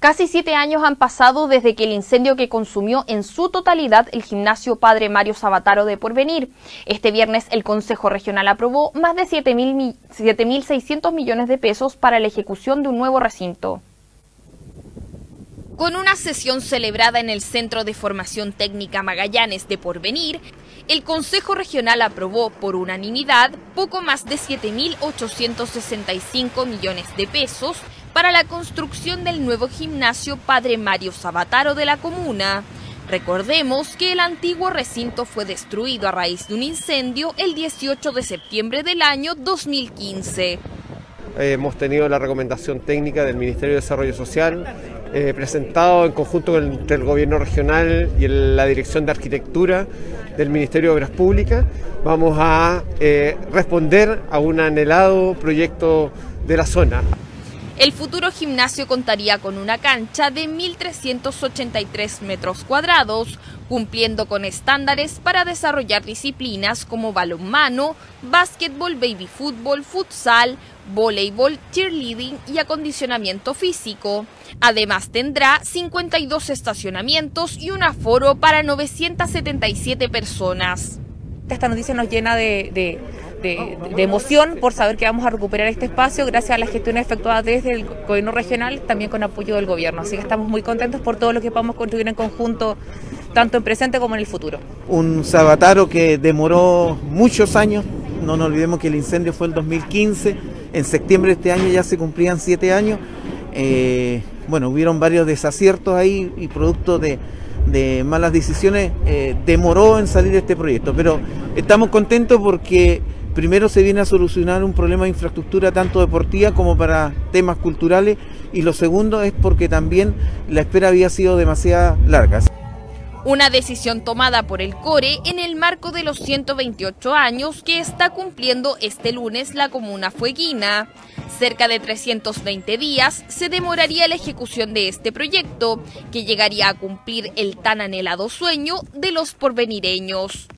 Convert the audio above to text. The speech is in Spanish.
Casi 7 años han pasado desde que el incendio que consumió en su totalidad el gimnasio Padre Mario Sabataro de Porvenir. Este viernes el Consejo Regional aprobó más de 7.600 millones de pesos para la ejecución de un nuevo recinto. Con una sesión celebrada en el Centro de Formación Técnica Magallanes de Porvenir, el Consejo Regional aprobó por unanimidad poco más de 7.865 millones de pesos para la construcción del nuevo gimnasio Padre Mario Sabataro de la comuna. Recordemos que el antiguo recinto fue destruido a raíz de un incendio el 18 de septiembre del año 2015. Hemos tenido la recomendación técnica del Ministerio de Desarrollo Social, presentado en conjunto entre el Gobierno Regional y la Dirección de Arquitectura del Ministerio de Obras Públicas. Vamos a responder a un anhelado proyecto de la zona. El futuro gimnasio contaría con una cancha de 1.383 metros cuadrados, cumpliendo con estándares para desarrollar disciplinas como balonmano, básquetbol, baby fútbol, futsal, voleibol, cheerleading y acondicionamiento físico. Además tendrá 52 estacionamientos y un aforo para 977 personas. Esta noticia nos llena de emoción por saber que vamos a recuperar este espacio gracias a las gestiones efectuadas desde el gobierno regional, también con apoyo del gobierno. Así que estamos muy contentos por todo lo que podamos contribuir en conjunto, tanto en presente como en el futuro. Un Sabataro que demoró muchos años, no nos olvidemos que el incendio fue el 2015, en septiembre de este año ya se cumplían 7 años. Bueno, hubieron varios desaciertos ahí y producto de malas decisiones demoró en salir este proyecto, pero estamos contentos porque primero se viene a solucionar un problema de infraestructura tanto deportiva como para temas culturales, y lo segundo es porque también la espera había sido demasiado larga. Una decisión tomada por el CORE en el marco de los 128 años que está cumpliendo este lunes la comuna fueguina. Cerca de 320 días se demoraría la ejecución de este proyecto, que llegaría a cumplir el tan anhelado sueño de los porvenireños.